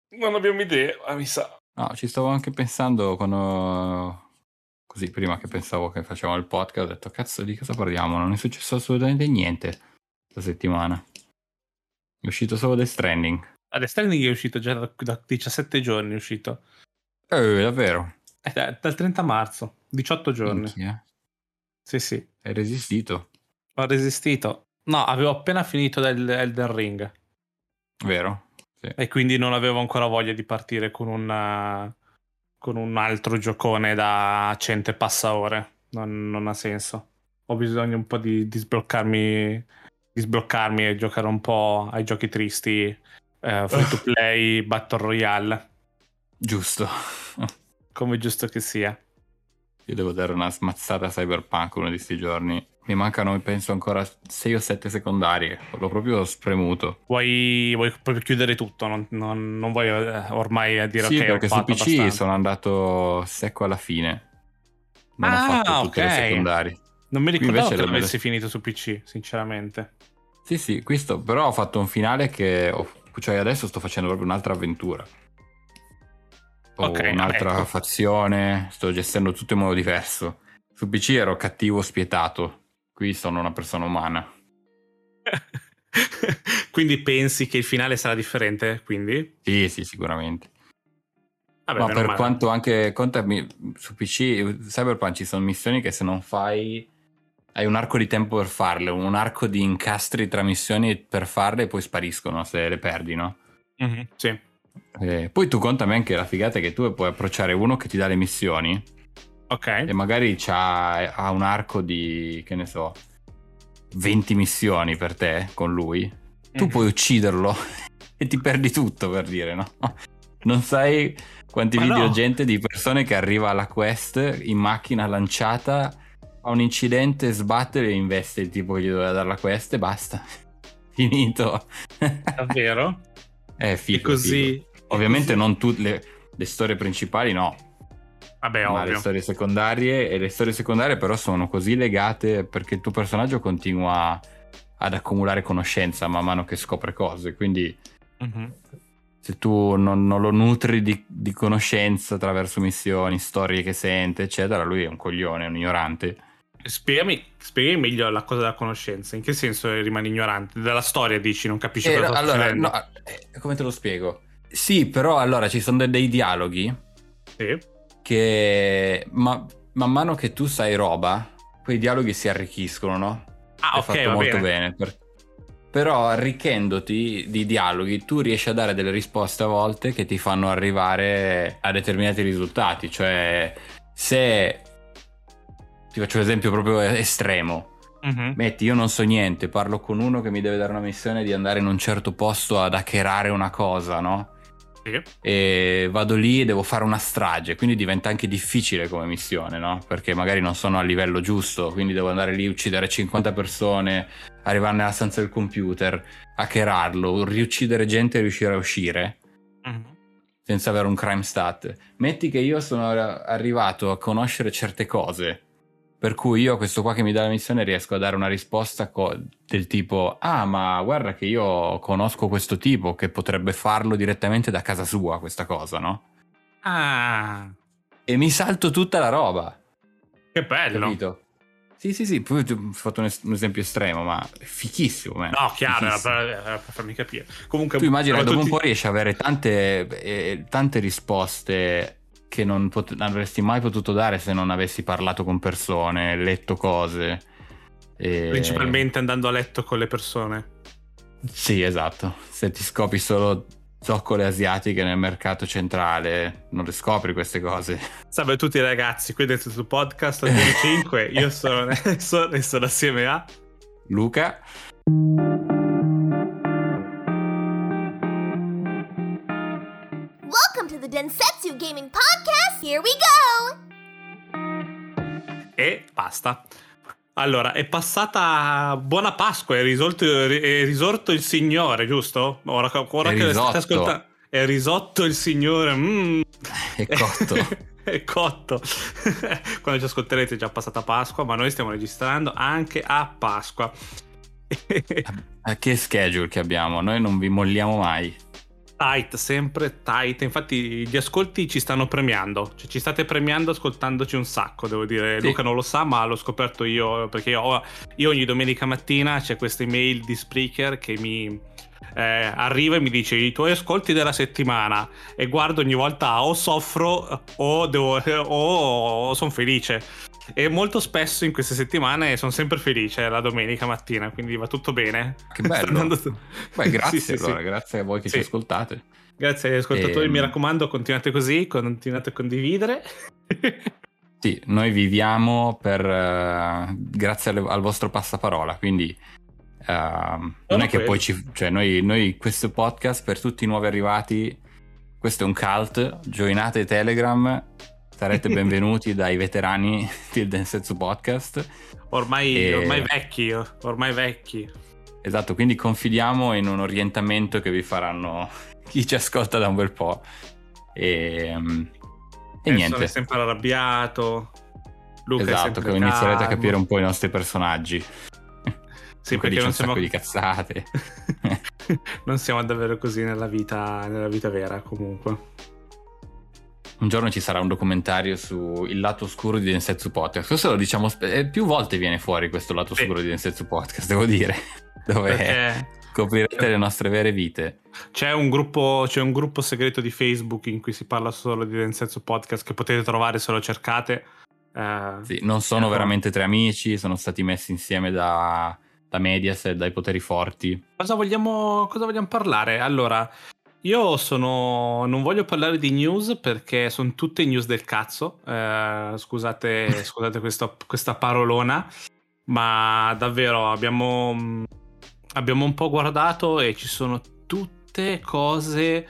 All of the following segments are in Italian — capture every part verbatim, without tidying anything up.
Non abbiamo idea, ma mi sa. No, ci stavo anche pensando quando... Così, prima che pensavo che facevamo il podcast, ho detto, cazzo, di cosa parliamo? Non è successo assolutamente niente questa settimana. È uscito solo The Stranding. Ah, The Stranding è uscito già da, da diciassette giorni, è uscito. Eh, davvero? È da- dal trenta marzo, diciotto giorni. Minchia. Sì, sì. Hai resistito. Ho resistito. No, avevo appena finito del Elden Ring. Vero? Sì. E quindi non avevo ancora voglia di partire con una... con un altro giocone da cento e passa ore. Non, non ha senso. Ho bisogno un po' di, di sbloccarmi di sbloccarmi e giocare un po' ai giochi tristi, eh, free to play, battle royale. Giusto. Come giusto che sia. Io devo dare una smazzata a Cyberpunk uno di sti giorni. Mi mancano, penso, ancora sei o sette secondarie. L'ho proprio spremuto. Vuoi, vuoi proprio chiudere tutto? Non, non, non vuoi eh, ormai a dire sì, ok, perché ho su fatto P C abbastanza. sono andato secco alla fine. Non ah, ho fatto tutte ok. le secondarie. Non mi Qui ricordavo invece che le- l'avessi finito su P C, sinceramente. Sì, sì, questo però ho fatto un finale che ho- cioè adesso sto facendo proprio un'altra avventura. Ho Ok, un'altra ecco. fazione, sto gestendo tutto in modo diverso. Su P C ero cattivo spietato, qui sono una persona umana. Quindi pensi che il finale sarà differente? Quindi? Sì, sì, sicuramente. Vabbè, Ma meno per male. quanto anche contami, su P C Cyberpunk ci sono missioni che se non fai hai un arco di tempo per farle, un arco di incastri tra missioni per farle e poi spariscono se le perdi, no? Mm-hmm, sì. Eh, poi tu contami anche la figata che tu puoi approcciare uno che ti dà le missioni Ok. e magari c'ha, ha un arco di, che ne so, venti missioni per te con lui. Tu Mm-hmm. puoi ucciderlo e ti perdi tutto, per dire, no? Non sai quanti Ma video no. gente di persone che arriva alla quest in macchina lanciata, ha un incidente, sbatte e investe il tipo che gli doveva dare la quest e basta. Finito. Davvero? È figo, E così. figo. Ovviamente e così... non tutte le, le storie principali, no. Vabbè, Ma ovvio. le storie secondarie, e le storie secondarie però sono così legate perché il tuo personaggio continua ad accumulare conoscenza man mano che scopre cose, quindi Mm-hmm. se tu non, non lo nutri di, di conoscenza attraverso missioni, storie che sente, eccetera, lui è un coglione, è un ignorante. Spiegami, spiegami meglio la cosa della conoscenza. In che senso rimani ignorante? Della storia dici, non capisci Eh, cosa sta allora, succedendo? no, eh, come te lo spiego? Sì, però allora ci sono de- dei dialoghi Sì. che ma, man mano che tu sai roba, quei dialoghi si arricchiscono, no? Ah, È ok, fatto va molto bene. bene. per- Però arricchendoti di dialoghi, tu riesci a dare delle risposte a volte che ti fanno arrivare a determinati risultati. Cioè, se ti faccio un esempio proprio estremo. Mm-hmm. Metti, io non so niente, parlo con uno che mi deve dare una missione di andare in un certo posto ad hackerare una cosa, no? Sì. E vado lì e devo fare una strage, quindi diventa anche difficile come missione, no? Perché magari non sono a livello giusto, quindi devo andare lì, uccidere cinquanta persone, arrivare nella stanza del computer, hackerarlo, riuccidere gente e riuscire a uscire Mm-hmm. senza avere un crime stat. Metti che io sono arrivato a conoscere certe cose, per cui io a questo qua che mi dà la missione riesco a dare una risposta co- del tipo ah ma guarda che io conosco questo tipo che potrebbe farlo direttamente da casa sua questa cosa, no? Ah, E mi salto tutta la roba, che bello. capito? Sì sì sì, poi ho fatto un, es- un esempio estremo ma è fichissimo, man. No, chiaro, era Fichissimo. per, era per farmi capire. Comunque, Tu immagina, però dopo tutti- un po' riesci ad avere tante, eh, tante risposte che non pot- non avresti mai potuto dare se non avessi parlato con persone, letto cose. E... principalmente andando a letto con le persone. Sì, esatto. Se ti scopri solo zoccole asiatiche nel mercato centrale, non le scopri queste cose. Salve a tutti ragazzi, qui dentro sul podcast Almeno cinque, io sono Nelson e sono assieme a Luca. Welcome to the Densetsu Gaming Podcast. Here we go. e basta. Allora, è passata buona Pasqua, è risolto, è risorto il Signore, giusto? Ora, ora È che risotto. state ascoltando, è risotto il Signore. Mm. È cotto. È cotto. Quando ci ascolterete è già passata Pasqua, ma noi stiamo registrando anche a Pasqua. A che schedule che abbiamo? Noi non vi molliamo mai. Tight, sempre tight. Infatti gli ascolti ci stanno premiando, cioè ci state premiando ascoltandoci un sacco, devo dire. Sì. Luca non lo sa, ma l'ho scoperto io, perché io, io ogni domenica mattina c'è questa email di Spreaker che mi eh, arriva e mi dice i tuoi ascolti della settimana, e guardo ogni volta o soffro o, devo, o, o sono felice. E molto spesso in queste settimane sono sempre felice la domenica mattina, quindi va tutto bene. Che bello. andando... Beh, grazie sì, sì, allora, sì. grazie a voi che sì. ci ascoltate. Grazie agli ascoltatori, e... mi raccomando, continuate così, continuate a condividere. Sì, noi viviamo per uh, grazie al, al vostro passaparola, quindi uh, non è che quello. Poi ci, cioè noi, noi questo podcast per tutti i nuovi arrivati, questo è un cult, joinate Telegram. Sarete benvenuti dai veterani del Densetsu Podcast. Ormai, e... ormai vecchi, ormai vecchi. Esatto, quindi confidiamo in un orientamento che vi faranno chi ci ascolta da un bel po'. E, e niente. Sono sempre arrabbiato. Luca esatto, è che inizierete a capire un po' i nostri personaggi. Sì, Luca perché dice non un siamo sacco di cazzate. Non siamo davvero così nella vita, nella vita vera, comunque. Un giorno ci sarà un documentario su il lato oscuro di Densetsu Podcast. Questo lo diciamo sp- più volte viene fuori questo lato sì. oscuro di Densetsu Podcast, devo dire, dove Perché... scoprirete le nostre vere vite. C'è un gruppo, c'è un gruppo segreto di Facebook in cui si parla solo di Densetsu Podcast che potete trovare se lo cercate. Uh, sì, non sono ecco. veramente tre amici, sono stati messi insieme da, da Mediaset, dai poteri forti. Cosa vogliamo, cosa vogliamo parlare? Allora, io sono non voglio parlare di news perché sono tutte news del cazzo. Uh, scusate, scusate questa, questa parolona, ma davvero abbiamo abbiamo un po' guardato e ci sono tutte cose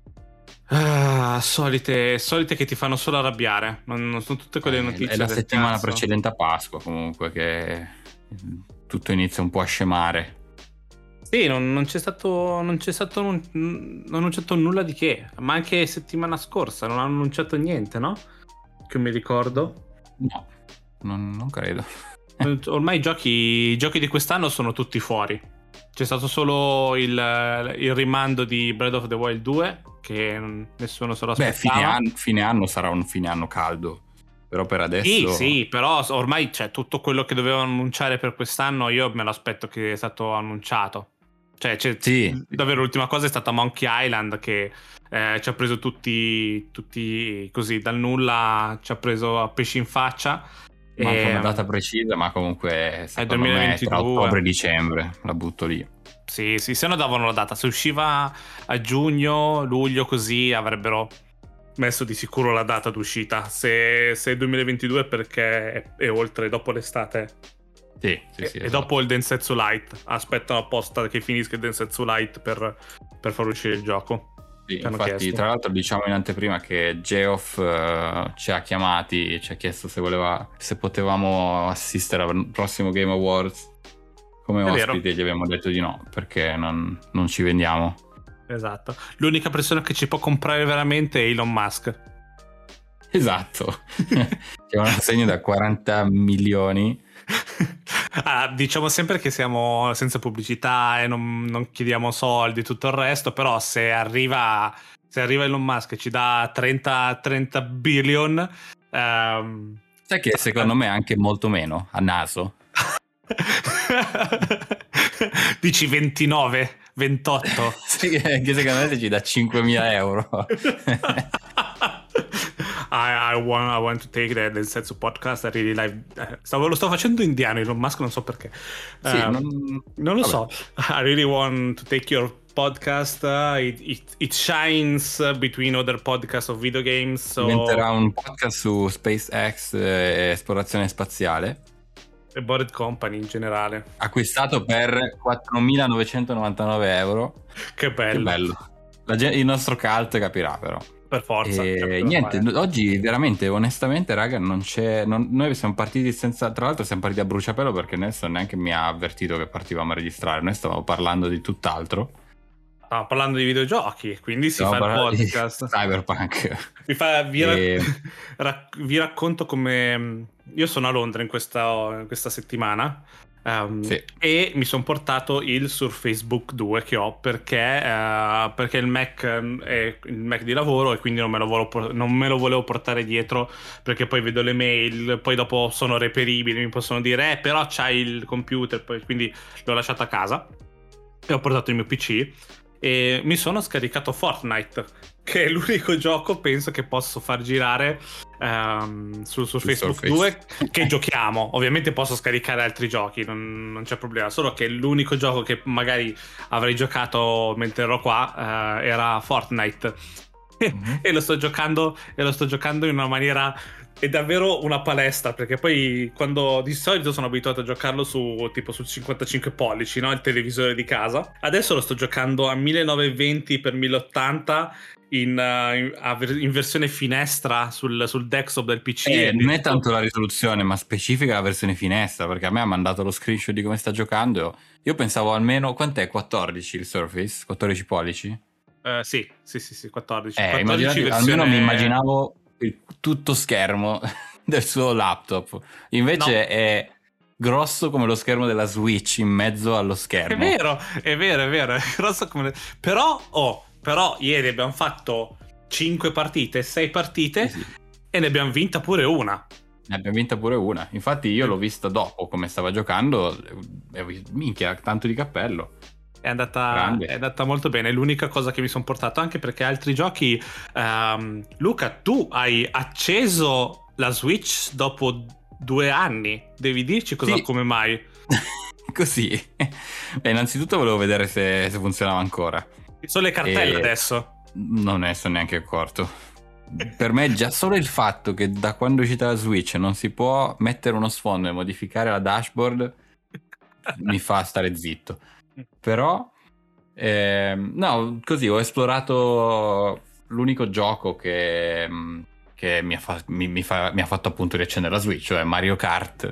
Ah, solite, solite che ti fanno solo arrabbiare. Non, non sono tutte quelle notizie. È la del settimana cazzo. precedente a Pasqua, comunque, che tutto inizia un po' a scemare. Sì, non, non c'è stato, non c'è stato, non, non hanno annunciato nulla di che. Ma anche settimana scorsa non hanno annunciato niente, no? Che mi ricordo. No, non, non credo. Ormai i giochi, i giochi di quest'anno sono tutti fuori. C'è stato solo il, il rimando di Breath of the Wild due, che nessuno se lo aspettava. Beh, fine anno, fine anno sarà un fine anno caldo, però per adesso... Sì, sì, però ormai c'è tutto quello che dovevano annunciare per quest'anno, io me lo aspetto che è stato annunciato. Cioè, c'è, sì. Davvero l'ultima cosa è stata Monkey Island, che eh, ci ha preso tutti, tutti così dal nulla, ci ha preso a pesci in faccia. Manca e, una data precisa, ma comunque secondo è duemilaventidue. Me tra ottobre e dicembre la butto lì. Sì, sì, se no davano la data. Se usciva a giugno, luglio, così avrebbero messo di sicuro la data d'uscita. Se, se è duemilaventidue perché è, è oltre, dopo l'estate. Sì, sì, e, sì, e esatto. dopo il Densetsu Light. Aspettano apposta che finisca il Densetsu Light per, per far uscire il gioco. Sì, infatti, chiesto. Tra l'altro diciamo in anteprima che Geoff uh, ci ha chiamati, ci ha chiesto se voleva, se potevamo assistere al prossimo Game Awards come È ospite. vero. Gli abbiamo detto di no, perché non, non ci vendiamo. Esatto. L'unica persona che ci può comprare veramente è Elon Musk. Esatto. C'è un assegno da quaranta milioni. Ah, diciamo sempre che siamo senza pubblicità e non, non chiediamo soldi, tutto il resto, però se arriva se arriva Elon Musk e ci dà trenta billion, ehm... sai che secondo me anche molto meno a naso. Dici ventinove, ventotto. Sì, che secondo me ci dà cinquemila euro. I, I, want, I want to take the Densetsu podcast. I really like. Uh, stavo, lo sto facendo indiano, Elon Musk, non so perché. Uh, sì, non, non lo vabbè. so. I really want to take your podcast. Uh, it, it, it shines between other podcasts of video games. So... Diventerà un podcast su SpaceX e esplorazione spaziale. E Bored Company in generale. Acquistato per quattromilanovecentonovantanove euro. Che bello. Che bello. La gente, il nostro cult capirà però. Per forza. E niente, fare. Oggi veramente, onestamente, raga, non c'è. Non, noi siamo partiti senza. Tra l'altro, siamo partiti a bruciapelo perché Nelson neanche mi ha avvertito che partivamo a registrare. Noi stavamo parlando di tutt'altro. Stavamo parlando di videogiochi, quindi si fa il podcast. Cyberpunk. Vi, fa, vi, e... rac- vi racconto come. Io sono a Londra in questa, in questa settimana. Um, sì. E mi sono portato il Surface Book due che ho perché, uh, perché il Mac è il Mac di lavoro e quindi non me, lo volevo, non me lo volevo portare dietro, perché poi vedo le mail, poi dopo sono reperibili, mi possono dire eh però c'hai il computer, poi, quindi l'ho lasciato a casa e ho portato il mio P C e mi sono scaricato Fortnite, che è l'unico gioco penso che posso far girare um, su, su Facebook due che giochiamo. Ovviamente posso scaricare altri giochi, non, non c'è problema, solo che l'unico gioco che magari avrei giocato mentre ero qua uh, era Fortnite. Mm-hmm. e lo sto giocando e lo sto giocando in una maniera, è davvero una palestra, perché poi quando di solito sono abituato a giocarlo su tipo su cinquantacinque pollici, no? Il televisore di casa. Adesso lo sto giocando a millenovecentoventi per mille ottanta in, uh, in, in versione finestra sul, sul desktop del P C. Eh, non è tanto la risoluzione, ma specifica la versione finestra, perché a me ha mandato lo screenshot di come sta giocando. Io pensavo almeno, quant'è? quattordici il Surface? quattordici pollici? Uh, sì, sì, sì, sì, quattordici. Eh, quattordici versione... Almeno mi immaginavo il tutto schermo del suo laptop. Invece no. È grosso come lo schermo della Switch in mezzo allo schermo. È vero, è vero, è vero, è grosso come... Però, oh, però ieri abbiamo fatto cinque partite, sei partite sì, sì. E ne abbiamo vinta pure una. Ne abbiamo vinta pure una. Infatti io l'ho vista dopo come stava giocando e minchia, tanto di cappello. È andata, è andata molto bene. È l'unica cosa che mi sono portato, anche perché altri giochi um, Luca, tu hai acceso la Switch dopo due anni, devi dirci cosa, sì. Come mai? Così. Beh, innanzitutto volevo vedere se, se funzionava ancora. Sono le cartelle e adesso. Non ne sono neanche accorto. Per me già solo il fatto che da quando è uscita la Switch non si può mettere uno sfondo e modificare la dashboard mi fa stare zitto. Però eh, no, così ho esplorato l'unico gioco che, che mi, ha fa, mi, mi, fa, mi ha fatto appunto riaccendere la Switch, cioè Mario Kart.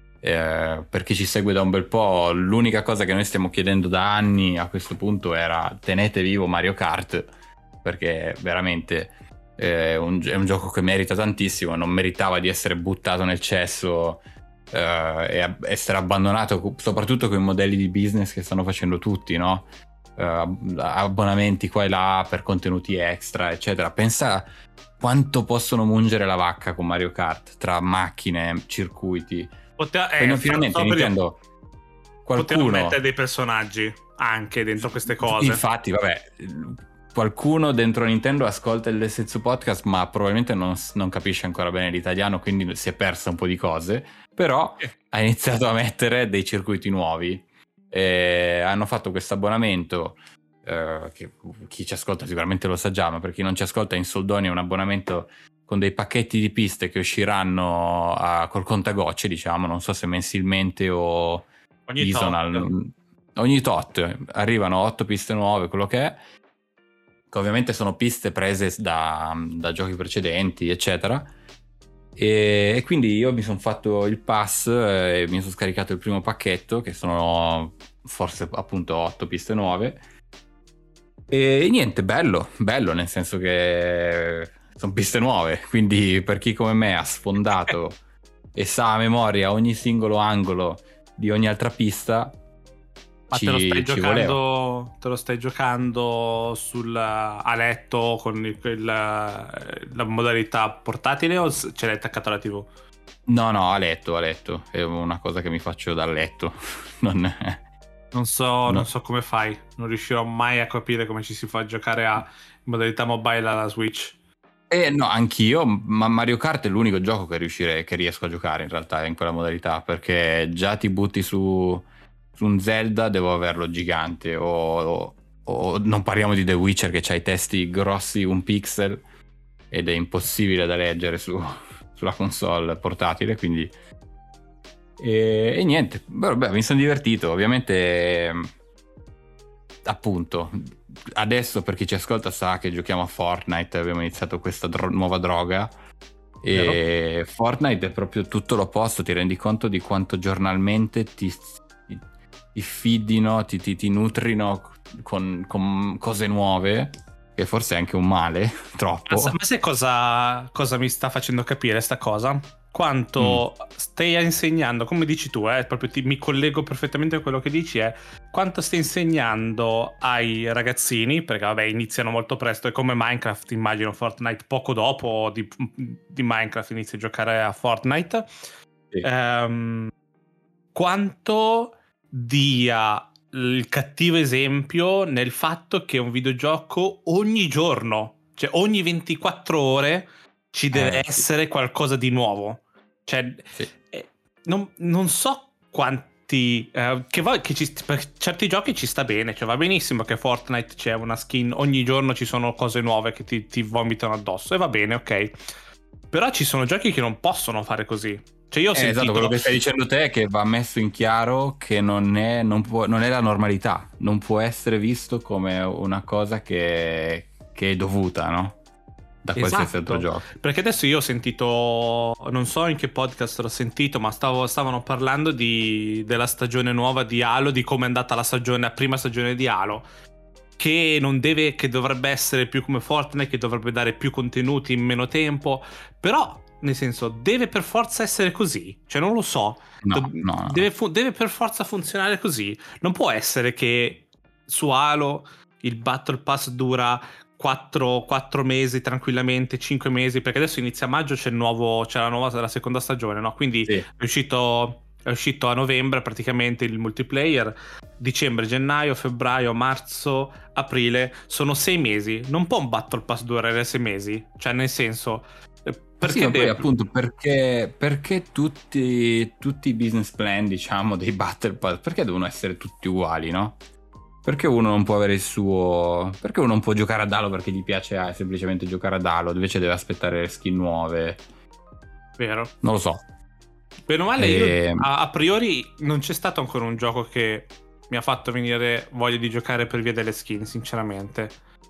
Eh, per chi ci segue da un bel po', l'unica cosa che noi stiamo chiedendo da anni a questo punto era tenete vivo Mario Kart, perché veramente eh, un, è un gioco che merita tantissimo, non meritava di essere buttato nel cesso Uh, e essere abbandonato, soprattutto con i modelli di business che stanno facendo tutti, no? Uh, abbonamenti qua e là per contenuti extra, eccetera. Pensa quanto possono mungere la vacca con Mario Kart tra macchine, circuiti. Pote- eh, finalmente Nintendo qualcuno potevano mettere dei personaggi anche dentro queste cose. Infatti, vabbè, qualcuno dentro Nintendo ascolta il Setsu Podcast, ma probabilmente non, non capisce ancora bene l'italiano, quindi si è persa un po' di cose. Però ha iniziato a mettere dei circuiti nuovi e hanno fatto questo abbonamento eh, che chi ci ascolta sicuramente lo sa già, ma per chi non ci ascolta, in soldoni è un abbonamento con dei pacchetti di piste che usciranno a, col contagocce, diciamo, non so se mensilmente o ogni seasonal, tot. ogni tot arrivano otto piste nuove, quello che è, che ovviamente sono piste prese da, da giochi precedenti, eccetera. E, e quindi io mi sono fatto il pass e mi sono scaricato il primo pacchetto, che sono forse appunto otto piste nuove, e niente, bello, bello nel senso che sono piste nuove, quindi per chi come me ha sfondato e sa a memoria ogni singolo angolo di ogni altra pista. Ma ci, te lo stai giocando voleva. Te lo stai giocando sul a letto con il, il, la modalità portatile o ce l'hai attaccato alla tivù? No, no, a letto, a letto. È una cosa che mi faccio dal letto. non, è... non so, no. non so come fai. Non riuscirò mai a capire come ci si fa giocare a modalità mobile alla Switch. Eh no, anch'io, ma Mario Kart è l'unico gioco che riuscire, che riesco a giocare in realtà in quella modalità, perché già ti butti su su un Zelda, devo averlo gigante, o, o, o non parliamo di The Witcher che c'ha i testi grossi un pixel ed è impossibile da leggere su, sulla console portatile, quindi e, e niente, beh, mi sono divertito, ovviamente appunto adesso per chi ci ascolta sa che giochiamo a Fortnite, abbiamo iniziato questa dro- nuova droga e Vero. Fortnite è proprio tutto l'opposto, ti rendi conto di quanto giornalmente ti ti feedino, ti, ti, ti nutrino con, con cose nuove, che forse è anche un male, troppo. Ma sai cosa, cosa mi sta facendo capire sta cosa? quanto mm. stai insegnando, come dici tu, eh, proprio ti, mi collego perfettamente a quello che dici, è quanto stai insegnando ai ragazzini, perché vabbè iniziano molto presto, è come Minecraft, immagino Fortnite poco dopo di, di Minecraft inizi a giocare a Fortnite, sì. um, quanto dia il cattivo esempio nel fatto che un videogioco ogni giorno, cioè ogni ventiquattro ore ci deve eh, essere sì. qualcosa di nuovo. Cioè, sì. eh, non, non so quanti eh, che, va, che ci, per certi giochi ci sta bene, cioè va benissimo che Fortnite c'è una skin, ogni giorno ci sono cose nuove che ti, ti vomitano addosso e va bene, ok. Però ci sono giochi che non possono fare così. Cioè io ho eh, sentito... Esatto, quello che stai dicendo te è che va messo in chiaro che non è, non può, non è la normalità, non può essere visto come una cosa che, che è dovuta, no? Da qualsiasi esatto, altro gioco. Perché adesso io ho sentito, non so in che podcast l'ho sentito, ma stavo, stavano parlando di, della stagione nuova di Halo, di come è andata la stagione, la prima stagione di Halo, che non deve, che dovrebbe essere più come Fortnite, che dovrebbe dare più contenuti in meno tempo, però nel senso deve per forza essere così, cioè non lo so, no, Do- no, no. Deve, fu- deve per forza funzionare così, non può essere che su Halo il Battle Pass dura quattro mesi tranquillamente, cinque mesi, perché adesso inizia maggio, c'è il nuovo, c'è la nuova, la seconda stagione, no? Quindi sì. è uscito è uscito a novembre praticamente il multiplayer, dicembre, gennaio, febbraio, marzo, aprile, sono sei mesi. Non può un Battle Pass durare sei mesi, cioè nel senso, perché sì, ma deve... poi appunto perché, perché tutti, tutti i business plan, diciamo, dei Battle Pass, perché devono essere tutti uguali, no? Perché uno non può avere il suo... Perché uno non può giocare ad Halo perché gli piace ah, semplicemente giocare ad Halo, invece deve aspettare skin nuove. Vero. Non lo so. Bene o male, e... io, a, a priori non c'è stato ancora un gioco che mi ha fatto venire voglia di giocare per via delle skin, sinceramente.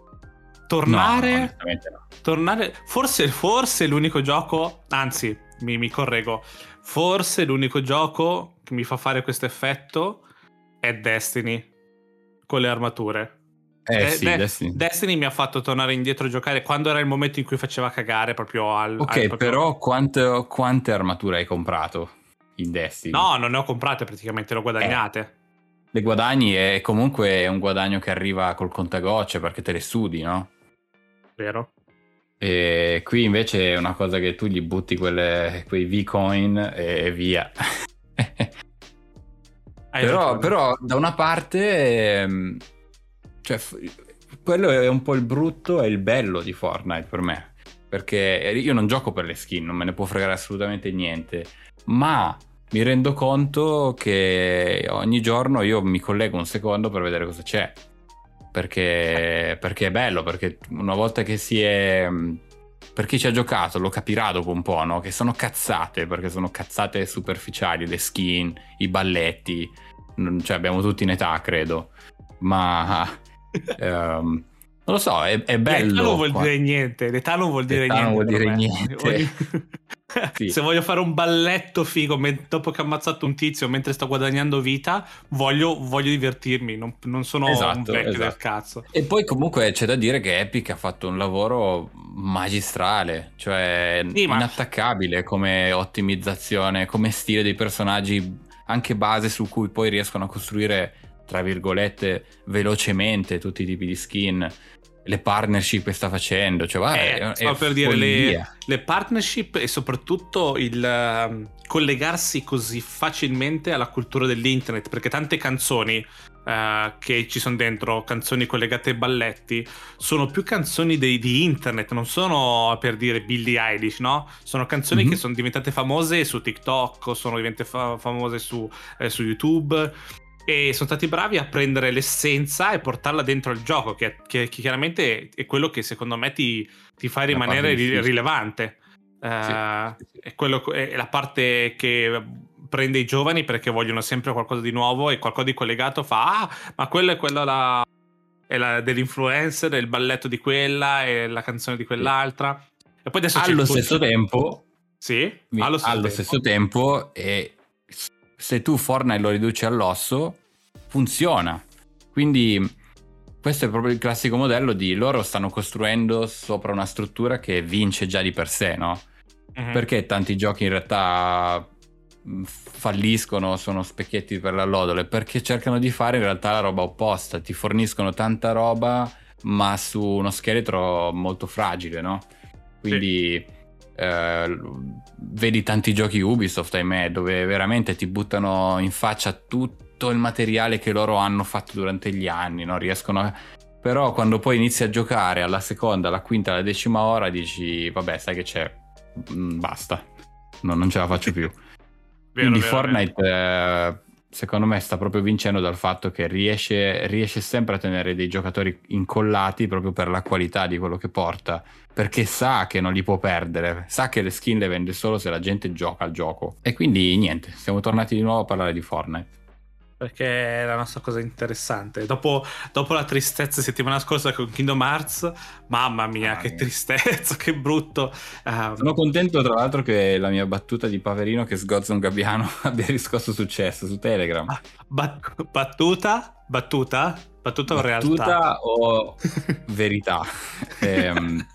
Tornare... No, onestamente no. Tornare... Forse, forse l'unico gioco... Anzi, mi, mi correggo. Forse l'unico gioco che mi fa fare questo effetto è Destiny. Con le armature. Eh De- sì, De- Destiny. Destiny mi ha fatto tornare indietro a giocare quando era il momento in cui faceva cagare proprio al... Ok, al proprio... però quante, quante armature hai comprato in Destiny? No, non ne ho comprate praticamente, le ho guadagnate. Eh, le guadagni e comunque è un guadagno che arriva col contagocce perché te le studi, no? Vero. E qui invece è una cosa che tu gli butti quelle, quei V-coin e via. Però, però da una parte, cioè, quello è un po' il brutto e il bello di Fortnite per me, perché io non gioco per le skin, non me ne può fregare assolutamente niente, ma mi rendo conto che ogni giorno io mi collego un secondo per vedere cosa c'è, perché, perché è bello, perché una volta che si è... Per chi ci ha giocato lo capirà dopo un po', no? Che sono cazzate, perché sono cazzate superficiali, le skin, i balletti, cioè abbiamo tutti in età, credo, ma um, non lo so, è, è bello. L'età non vuol qua. dire niente, l'età non vuol dire l'età niente. non vuol dire niente. Sì. Se voglio fare un balletto figo dopo che ho ammazzato un tizio mentre sto guadagnando vita, voglio, voglio divertirmi, non, non sono esatto, un vecchio esatto. del cazzo. E poi comunque c'è da dire che Epic ha fatto un lavoro magistrale, cioè sì, inattaccabile ma... come ottimizzazione, come stile dei personaggi, anche base su cui poi riescono a costruire, tra virgolette, velocemente tutti i tipi di skin. Le partnership che sta facendo, cioè guarda, eh, è, è per dire le, le partnership e soprattutto il uh, collegarsi così facilmente alla cultura dell'internet, perché tante canzoni uh, che ci sono dentro, canzoni collegate ai balletti, sono più canzoni di, di internet, non sono per dire Billie Eilish, no? Sono canzoni mm-hmm. che sono diventate famose su TikTok, sono diventate fa- famose su, eh, su YouTube. E sono stati bravi a prendere l'essenza e portarla dentro il gioco, che, che, che chiaramente è quello che secondo me ti, ti fa rimanere ri- rilevante. Uh, sì, sì. È, quello, è la parte che prende i giovani perché vogliono sempre qualcosa di nuovo e qualcosa di collegato fa ah, ma quello è quello la, è la dell'influencer, è il balletto di quella, è la canzone di quell'altra. Sì. E poi adesso allo c'è stesso tutto... tempo sì, mi, allo stesso allo tempo. stesso tempo e se tu Fortnite lo riduci all'osso funziona, quindi questo è proprio il classico modello di loro stanno costruendo sopra una struttura che vince già di per sé, no? Mhm. Perché tanti giochi in realtà mh, falliscono, sono specchietti per l'allodole? Perché cercano di fare in realtà la roba opposta, ti forniscono tanta roba ma su uno scheletro molto fragile, no? Quindi eh, vedi tanti giochi Ubisoft, ahimè, dove veramente ti buttano in faccia tutto il materiale che loro hanno fatto durante gli anni, no? Riescono a... Però quando poi inizi a giocare alla seconda, alla quinta, alla decima ora dici vabbè, sai che c'è, mm, basta, no, non ce la faccio più. Vero, Quindi vero, Fortnite eh, secondo me sta proprio vincendo dal fatto che riesce, riesce sempre a tenere dei giocatori incollati proprio per la qualità di quello che porta, perché sa che non li può perdere, sa che le skin le vende solo se la gente gioca al gioco. E quindi niente, siamo tornati di nuovo a parlare di Fortnite. Perché è la nostra cosa interessante. Dopo, dopo la tristezza settimana scorsa con Kingdom Hearts, mamma mia, Ah, che mia. tristezza, che brutto. Um, Sono contento tra l'altro che la mia battuta di Paverino che sgozza un gabbiano abbia riscosso successo su Telegram. bat- battuta? Battuta? Battuta o realtà? Battuta o verità? Ehm,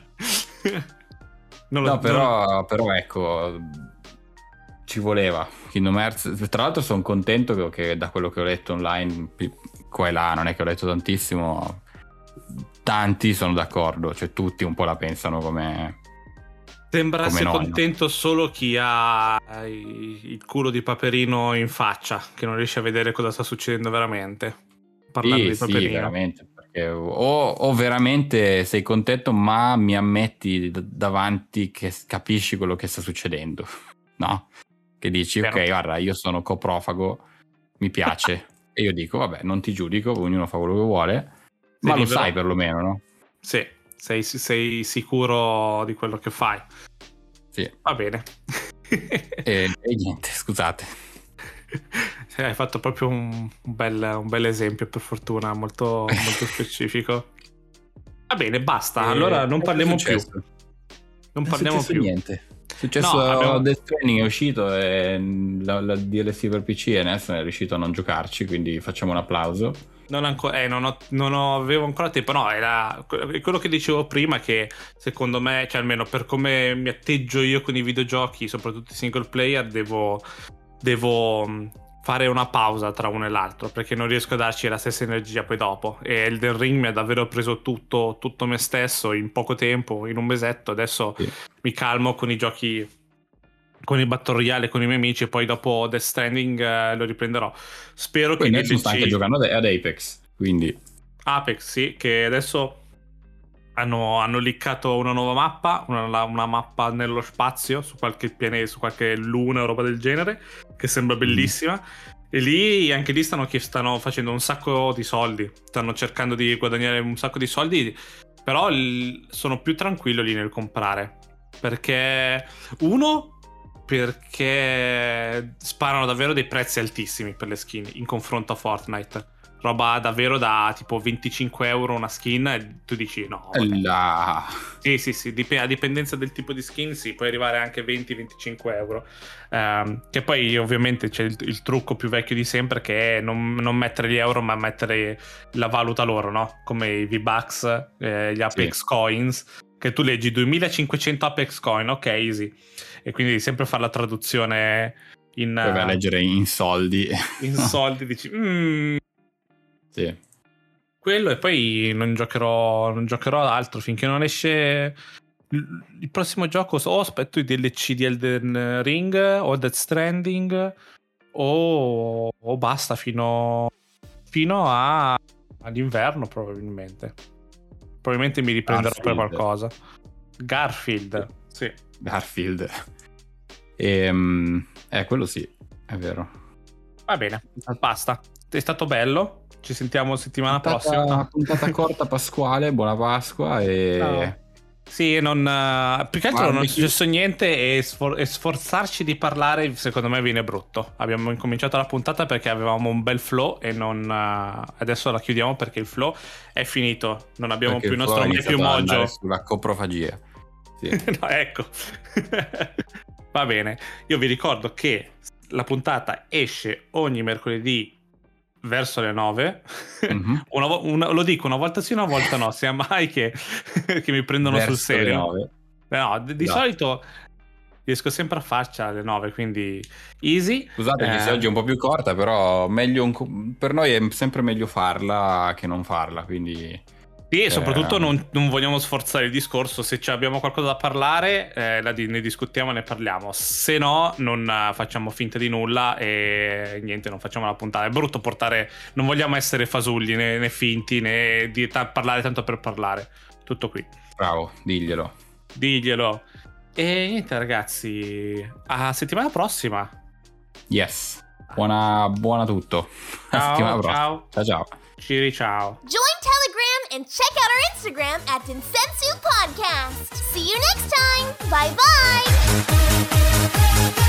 Non lo- no, non- però, però ecco, ci voleva Kingdom Hearts. Tra l'altro sono contento che, che da quello che ho letto online, pi- qua e là, non è che ho letto tantissimo, tanti sono d'accordo, cioè tutti un po' la pensano come... Sembra come essere noi, no? contento solo chi ha i- il culo di Paperino in faccia, che non riesce a vedere cosa sta succedendo veramente. Parlando Sì, di sì, Paperino. veramente, perché o, o veramente sei contento ma mi ammetti d- davanti che s- capisci quello che sta succedendo, no? Che dici, Vero. ok, guarda, io sono coprofago, mi piace, e io dico, vabbè, non ti giudico, ognuno fa quello che vuole, ma lo libero. sai perlomeno, no? Sì, sei, sei sicuro di quello che fai. Sì, Va bene. e, e niente, scusate. Sì, hai fatto proprio un bel, un bel esempio, per fortuna, molto, molto specifico. Va bene, basta. E- Allora non e parliamo che è più. successo? Non È parliamo successo più. niente. È successo No, abbiamo- Death Stranding è uscito e la, la D L C per P C e Nelson è riuscito a non giocarci, quindi facciamo un applauso. Non, ancora, eh, non, ho, non ho- avevo ancora tempo. No, era que- quello che dicevo prima, che secondo me, cioè almeno per come mi atteggio io con i videogiochi, soprattutto i single player, devo, devo mh, fare una pausa tra uno e l'altro, perché non riesco a darci la stessa energia poi dopo. E Elden Ring mi ha davvero preso tutto, tutto me stesso in poco tempo, in un mesetto. Adesso Sì. mi calmo con i giochi, con il Battle Royale, con i miei amici, e poi dopo Death Stranding eh, lo riprenderò. Spero Poi che i Nelson sta anche D L C giocando ad ad Apex, quindi Apex, sì, che adesso hanno, hanno liccato una nuova mappa, una, una mappa nello spazio, su qualche pianeta, su qualche luna o roba del genere, che sembra bellissima. E lì, anche lì stanno, che stanno facendo un sacco di soldi, stanno cercando di guadagnare un sacco di soldi, però il- sono più tranquillo lì nel comprare. Perché, uno, perché sparano davvero dei prezzi altissimi per le skin in confronto a Fortnite. Roba davvero da tipo venticinque euro una skin, e tu dici no, vabbè. la... Sì, sì, sì, dip- a dipendenza del tipo di skin, sì, puoi arrivare anche a venti venticinque euro. Ehm, che poi ovviamente c'è il, il trucco più vecchio di sempre, che è non, non mettere gli euro, ma mettere la valuta loro, no? Come i V-Bucks, eh, gli Apex Sì. Coins, che tu leggi duemilacinquecento Apex Coin, ok, easy. E quindi devi sempre fare la traduzione in, Poi vai a uh, leggere in soldi. in soldi, dici... "Mm, Sì. quello", e poi non giocherò non giocherò ad altro finché non esce il, il prossimo gioco. O aspetto i D L C di Elden Ring o Death Stranding, o, o basta fino fino a all'inverno probabilmente probabilmente mi riprenderò per Garfield. qualcosa. Garfield, sì. Garfield. E, eh, quello sì, è vero. Va bene, basta, è stato bello, ci sentiamo settimana Puntata, prossima. puntata corta pasquale, buona Pasqua e... No. Sì, non, uh, più che altro non è Barbecue. successo niente, e, sfor- e sforzarci di parlare secondo me viene brutto. Abbiamo incominciato la puntata perché avevamo un bel flow e non, uh, adesso la chiudiamo perché il flow è finito. Non abbiamo Perché più il il nostro flow ha me più iniziato ad andare mojo. sulla coprofagia. Sì. No, ecco. Va bene, io vi ricordo che la puntata esce ogni mercoledì verso le nove. Mhm. Una vo- una- lo dico una volta sì, una volta no, sia mai che, che mi prendono sul Verso le serio. nove. Eh no, di, di Esatto. solito riesco sempre a farcela alle nove, quindi easy. Scusate che Eh, oggi è un po' più corta, però meglio un co- per noi è sempre meglio farla che non farla, quindi... Sì, e soprattutto Eh, non, non vogliamo sforzare il discorso. Se ci abbiamo qualcosa da parlare, eh, la di- ne discutiamo e ne parliamo. Se no, non eh, facciamo finta di nulla e niente, non facciamo la puntata. È brutto portare. Non vogliamo essere fasulli né, né finti né di ta- parlare tanto per parlare. Tutto qui. Bravo, diglielo. Diglielo. E niente, ragazzi. A settimana prossima. Yes. Buona, buona tutto. A Ciao, settimana prossima. ciao. Ciao ciao. Ciri, ciao. Join Telegram and check out our Instagram at Densensu Podcast. See you next time. Bye bye.